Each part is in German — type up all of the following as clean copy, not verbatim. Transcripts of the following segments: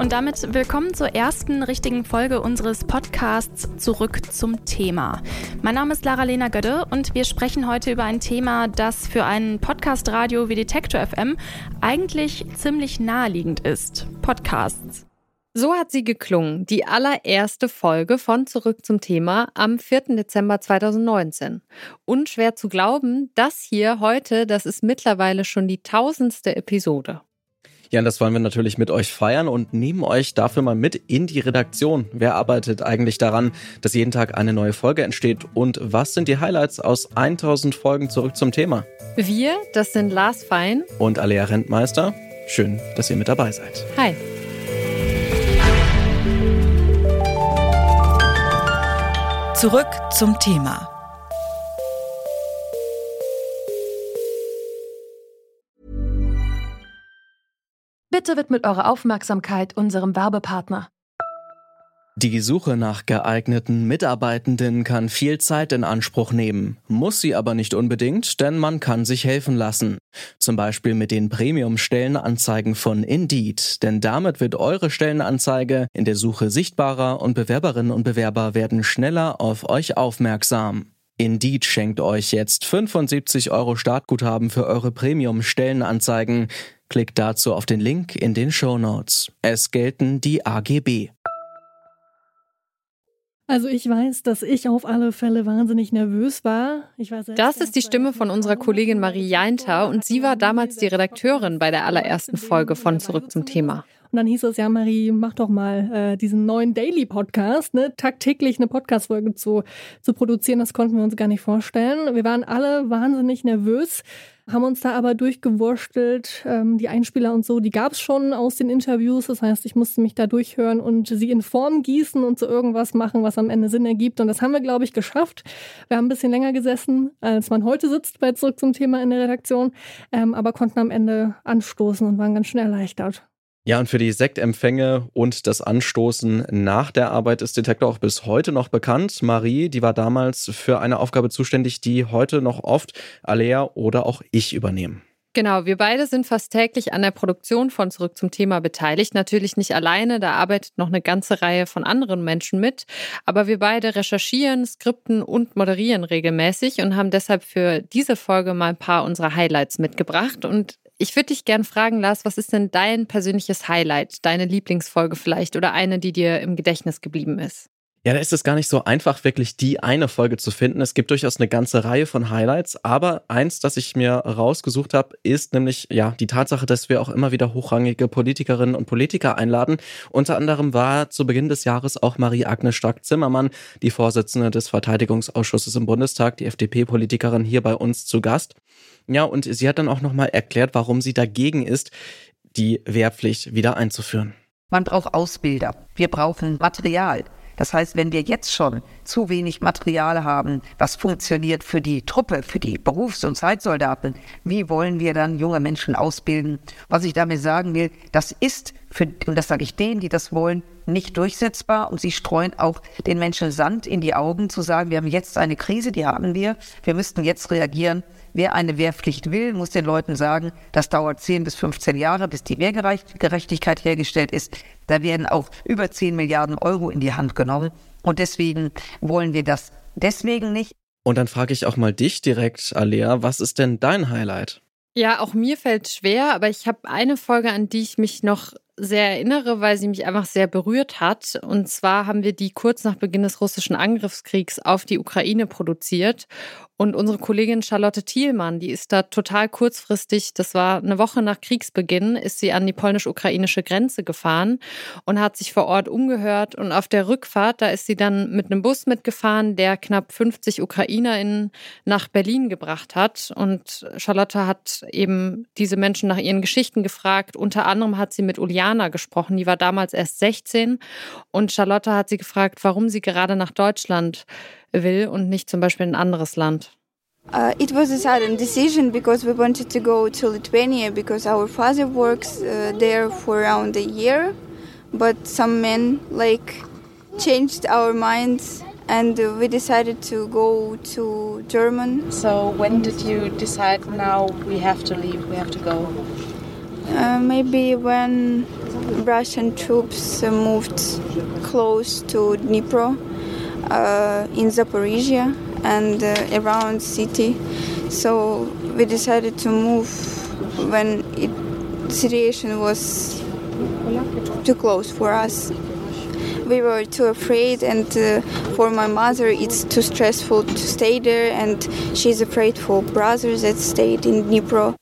Und damit willkommen zur ersten richtigen Folge unseres Podcasts Zurück zum Thema. Mein Name ist Lara-Lena Gödde und wir sprechen heute über ein Thema, das für ein Podcast-Radio wie Detektor FM eigentlich ziemlich naheliegend ist. Podcasts. So hat sie geklungen, die allererste Folge von Zurück zum Thema am 4. Dezember 2019. Unschwer zu glauben, das hier heute, das ist mittlerweile schon die 1000. Episode. Ja, und das wollen wir natürlich mit euch feiern und nehmen euch dafür mal mit in die Redaktion. Wer arbeitet eigentlich daran, dass jeden Tag eine neue Folge entsteht? Und was sind die Highlights aus 1000 Folgen Zurück zum Thema? Wir, das sind Lars Fein und Alea Rentmeister. Schön, dass ihr mit dabei seid. Hi. Zurück zum Thema. Bitte widmet eure Aufmerksamkeit unserem Werbepartner. Die Suche nach geeigneten Mitarbeitenden kann viel Zeit in Anspruch nehmen, muss sie aber nicht unbedingt, denn man kann sich helfen lassen. Zum Beispiel mit den Premium-Stellenanzeigen von Indeed, denn damit wird eure Stellenanzeige in der Suche sichtbarer und Bewerberinnen und Bewerber werden schneller auf euch aufmerksam. Indeed schenkt euch jetzt 75 € Startguthaben für eure Premium-Stellenanzeigen. Klickt dazu auf den Link in den Shownotes. Es gelten die AGB. Also ich weiß, dass ich auf alle Fälle wahnsinnig nervös war. Das ist die Stimme von unserer Kollegin Marie Jainter und sie war damals die Redakteurin bei der allerersten Folge von Zurück zum Thema. Und dann hieß es, ja Marie, mach doch mal diesen neuen Daily-Podcast, ne? Tagtäglich eine Podcast-Folge zu produzieren. Das konnten wir uns gar nicht vorstellen. Wir waren alle wahnsinnig nervös, haben uns da aber durchgewurstelt. Die Einspieler und so, die gab es schon aus den Interviews. Das heißt, ich musste mich da durchhören und sie in Form gießen und so irgendwas machen, was am Ende Sinn ergibt. Und das haben wir, glaube ich, geschafft. Wir haben ein bisschen länger gesessen, als man heute sitzt bei Zurück zum Thema in der Redaktion, aber konnten am Ende anstoßen und waren ganz schön erleichtert. Ja, und für die Sektempfänge und das Anstoßen nach der Arbeit ist Detektor auch bis heute noch bekannt. Marie, die war damals für eine Aufgabe zuständig, die heute noch oft Alea oder auch ich übernehmen. Genau, wir beide sind fast täglich an der Produktion von Zurück zum Thema beteiligt. Natürlich nicht alleine, da arbeitet noch eine ganze Reihe von anderen Menschen mit. Aber wir beide recherchieren, skripten und moderieren regelmäßig und haben deshalb für diese Folge mal ein paar unserer Highlights mitgebracht. Und ich würde dich gerne fragen, Lars, was ist denn dein persönliches Highlight, deine Lieblingsfolge vielleicht oder eine, die dir im Gedächtnis geblieben ist? Ja, da ist es gar nicht so einfach, wirklich die eine Folge zu finden. Es gibt durchaus eine ganze Reihe von Highlights, aber eins, das ich mir rausgesucht habe, ist nämlich ja die Tatsache, dass wir auch immer wieder hochrangige Politikerinnen und Politiker einladen. Unter anderem war zu Beginn des Jahres auch Marie-Agnes Strack-Zimmermann, die Vorsitzende des Verteidigungsausschusses im Bundestag, die FDP-Politikerin, hier bei uns zu Gast. Ja, und sie hat dann auch nochmal erklärt, warum sie dagegen ist, die Wehrpflicht wieder einzuführen. Man braucht Ausbilder. Wir brauchen Material. Das heißt, wenn wir jetzt schon zu wenig Material haben, was funktioniert für die Truppe, für die Berufs- und Zeitsoldaten, wie wollen wir dann junge Menschen ausbilden? Was ich damit sagen will, das ist, und das sage ich denen, die das wollen, nicht durchsetzbar. Und sie streuen auch den Menschen Sand in die Augen, zu sagen, wir haben jetzt eine Krise, die haben wir müssten jetzt reagieren. Wer eine Wehrpflicht will, muss den Leuten sagen, das dauert 10 bis 15 Jahre, bis die Wehrgerechtigkeit hergestellt ist. Da werden auch über 10 Milliarden € in die Hand genommen. Und deswegen wollen wir das deswegen nicht. Und dann frage ich auch mal dich direkt, Alea, was ist denn dein Highlight? Ja, auch mir fällt es schwer, aber ich habe eine Folge, an die ich mich noch sehr erinnere, weil sie mich einfach sehr berührt hat. Und zwar haben wir die kurz nach Beginn des russischen Angriffskriegs auf die Ukraine produziert. Und unsere Kollegin Charlotte Thielmann, die ist da total kurzfristig, das war eine Woche nach Kriegsbeginn, ist sie an die polnisch-ukrainische Grenze gefahren und hat sich vor Ort umgehört. Und auf der Rückfahrt, da ist sie dann mit einem Bus mitgefahren, der knapp 50 UkrainerInnen nach Berlin gebracht hat. Und Charlotte hat eben diese Menschen nach ihren Geschichten gefragt. Unter anderem hat sie mit Uljana gesprochen, die war damals erst 16. Und Charlotte hat sie gefragt, warum sie gerade nach Deutschland will und nicht zum Beispiel in ein anderes Land. It was a sudden decision because we wanted to go to Lithuania because our father works there for around a year, but some men changed our minds and we decided to go to Germany. So when did you decide now we have to leave, we have to go? Maybe when Russian troops moved close to Dnipro in Zaporizhia and around city. So we decided to move when the situation was too close for us. We were too afraid, and for my mother it's too stressful to stay there, and she's afraid for brothers that stayed in Dnipro.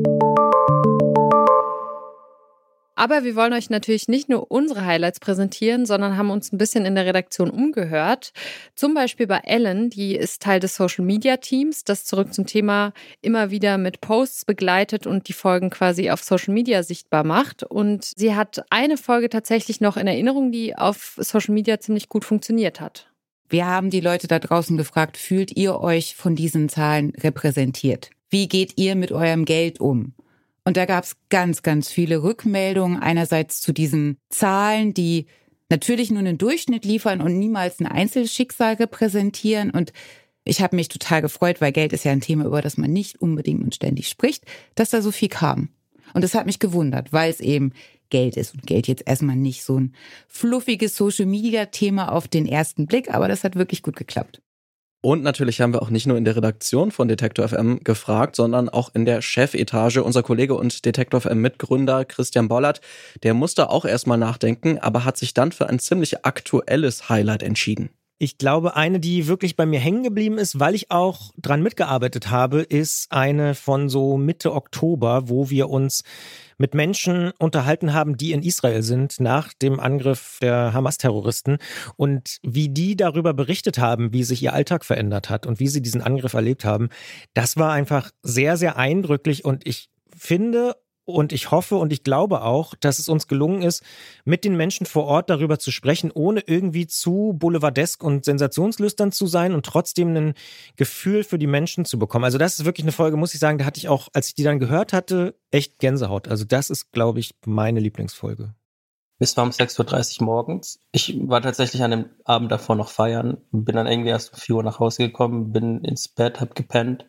Aber wir wollen euch natürlich nicht nur unsere Highlights präsentieren, sondern haben uns ein bisschen in der Redaktion umgehört. Zum Beispiel bei Ellen, die ist Teil des Social-Media-Teams, das zurück zum Thema immer wieder mit Posts begleitet und die Folgen quasi auf Social-Media sichtbar macht. Und sie hat eine Folge tatsächlich noch in Erinnerung, die auf Social-Media ziemlich gut funktioniert hat. Wir haben die Leute da draußen gefragt, fühlt ihr euch von diesen Zahlen repräsentiert? Wie geht ihr mit eurem Geld um? Und da gab es ganz, ganz viele Rückmeldungen. Einerseits zu diesen Zahlen, die natürlich nur einen Durchschnitt liefern und niemals ein Einzelschicksal repräsentieren. Und ich habe mich total gefreut, weil Geld ist ja ein Thema, über das man nicht unbedingt und ständig spricht, dass da so viel kam. Und das hat mich gewundert, weil es eben Geld ist. Und Geld jetzt erstmal nicht so ein fluffiges Social-Media-Thema auf den ersten Blick, aber das hat wirklich gut geklappt. Und natürlich haben wir auch nicht nur in der Redaktion von Detektor FM gefragt, sondern auch in der Chefetage. Unser Kollege und Detektor FM Mitgründer Christian Bollert, der musste auch erstmal nachdenken, aber hat sich dann für ein ziemlich aktuelles Highlight entschieden. Ich glaube, eine, die wirklich bei mir hängen geblieben ist, weil ich auch dran mitgearbeitet habe, ist eine von so Mitte Oktober, wo wir uns mit Menschen unterhalten haben, die in Israel sind nach dem Angriff der Hamas-Terroristen und wie die darüber berichtet haben, wie sich ihr Alltag verändert hat und wie sie diesen Angriff erlebt haben. Das war einfach sehr, sehr eindrücklich und ich finde und ich hoffe und ich glaube auch, dass es uns gelungen ist, mit den Menschen vor Ort darüber zu sprechen, ohne irgendwie zu boulevardesk und sensationslüstern zu sein und trotzdem ein Gefühl für die Menschen zu bekommen. Also das ist wirklich eine Folge, muss ich sagen, da hatte ich auch, als ich die dann gehört hatte, echt Gänsehaut. Also das ist, glaube ich, meine Lieblingsfolge. Es war um 6.30 Uhr morgens. Ich war tatsächlich an dem Abend davor noch feiern, bin dann irgendwie erst um 4 Uhr nach Hause gekommen, bin ins Bett, hab gepennt.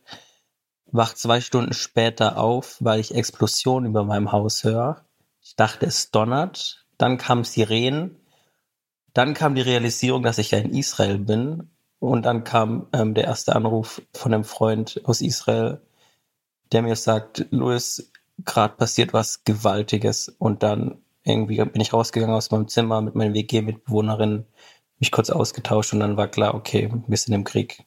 Wach 2 Stunden später auf, weil ich Explosionen über meinem Haus höre. Ich dachte, es donnert. Dann kamen Sirenen. Dann kam die Realisierung, dass ich ja in Israel bin. Und dann kam der erste Anruf von einem Freund aus Israel, der mir sagt, Louis, gerade passiert was Gewaltiges. Und dann irgendwie bin ich rausgegangen aus meinem Zimmer mit meiner WG-Mitbewohnerin, mich kurz ausgetauscht und dann war klar, okay, wir sind im Krieg.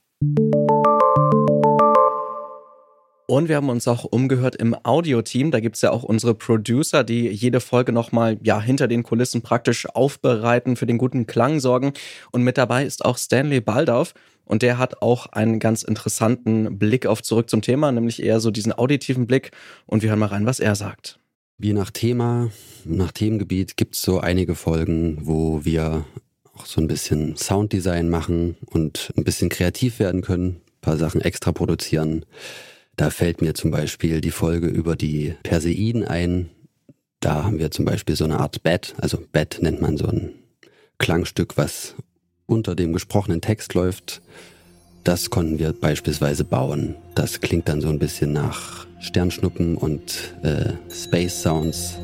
Und wir haben uns auch umgehört im Audioteam. Da gibt's ja auch unsere Producer, die jede Folge nochmal hinter den Kulissen praktisch aufbereiten, für den guten Klang sorgen. Und mit dabei ist auch Stanley Baldauf. Und der hat auch einen ganz interessanten Blick auf Zurück zum Thema, nämlich eher so diesen auditiven Blick. Und wir hören mal rein, was er sagt. Je nach Thema, nach Themengebiet gibt's so einige Folgen, wo wir auch so ein bisschen Sounddesign machen und ein bisschen kreativ werden können, ein paar Sachen extra produzieren. Da fällt mir zum Beispiel die Folge über die Perseiden ein. Da haben wir zum Beispiel so eine Art Bed, also Bed nennt man so ein Klangstück, was unter dem gesprochenen Text läuft. Das konnten wir beispielsweise bauen. Das klingt dann so ein bisschen nach Sternschnuppen und Space Sounds.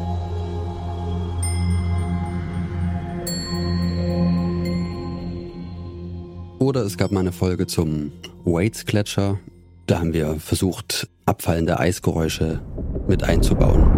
Oder es gab mal eine Folge zum Waits-Gletscher. Da haben wir versucht, abfallende Eisgeräusche mit einzubauen.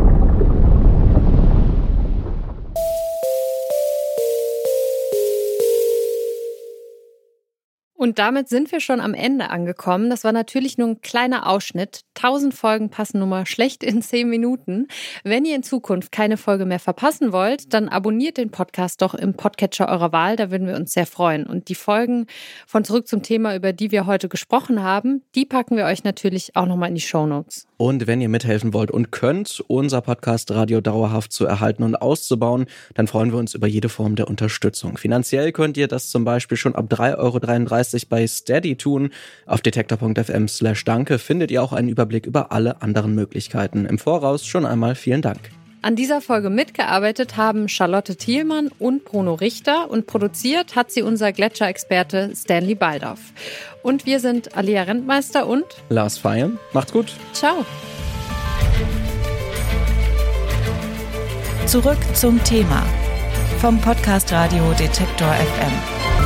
Und damit sind wir schon am Ende angekommen. Das war natürlich nur ein kleiner Ausschnitt. 1000 Folgen passen nun mal schlecht in 10 Minuten. Wenn ihr in Zukunft keine Folge mehr verpassen wollt, dann abonniert den Podcast doch im Podcatcher eurer Wahl. Da würden wir uns sehr freuen. Und die Folgen von Zurück zum Thema, über die wir heute gesprochen haben, die packen wir euch natürlich auch nochmal in die Shownotes. Und wenn ihr mithelfen wollt und könnt, unser Podcast Radio dauerhaft zu erhalten und auszubauen, dann freuen wir uns über jede Form der Unterstützung. Finanziell könnt ihr das zum Beispiel schon ab 3,33 € bei Steady tun. Auf detektor.fm/danke findet ihr auch einen Überblick über alle anderen Möglichkeiten. Im Voraus schon einmal vielen Dank. An dieser Folge mitgearbeitet haben Charlotte Thielmann und Bruno Richter und produziert hat sie unser Gletscherexperte Stanley Baldauf. Und wir sind Alia Rentmeister und Lars Feyen. Macht's gut. Ciao. Zurück zum Thema vom Podcast Radio Detektor FM.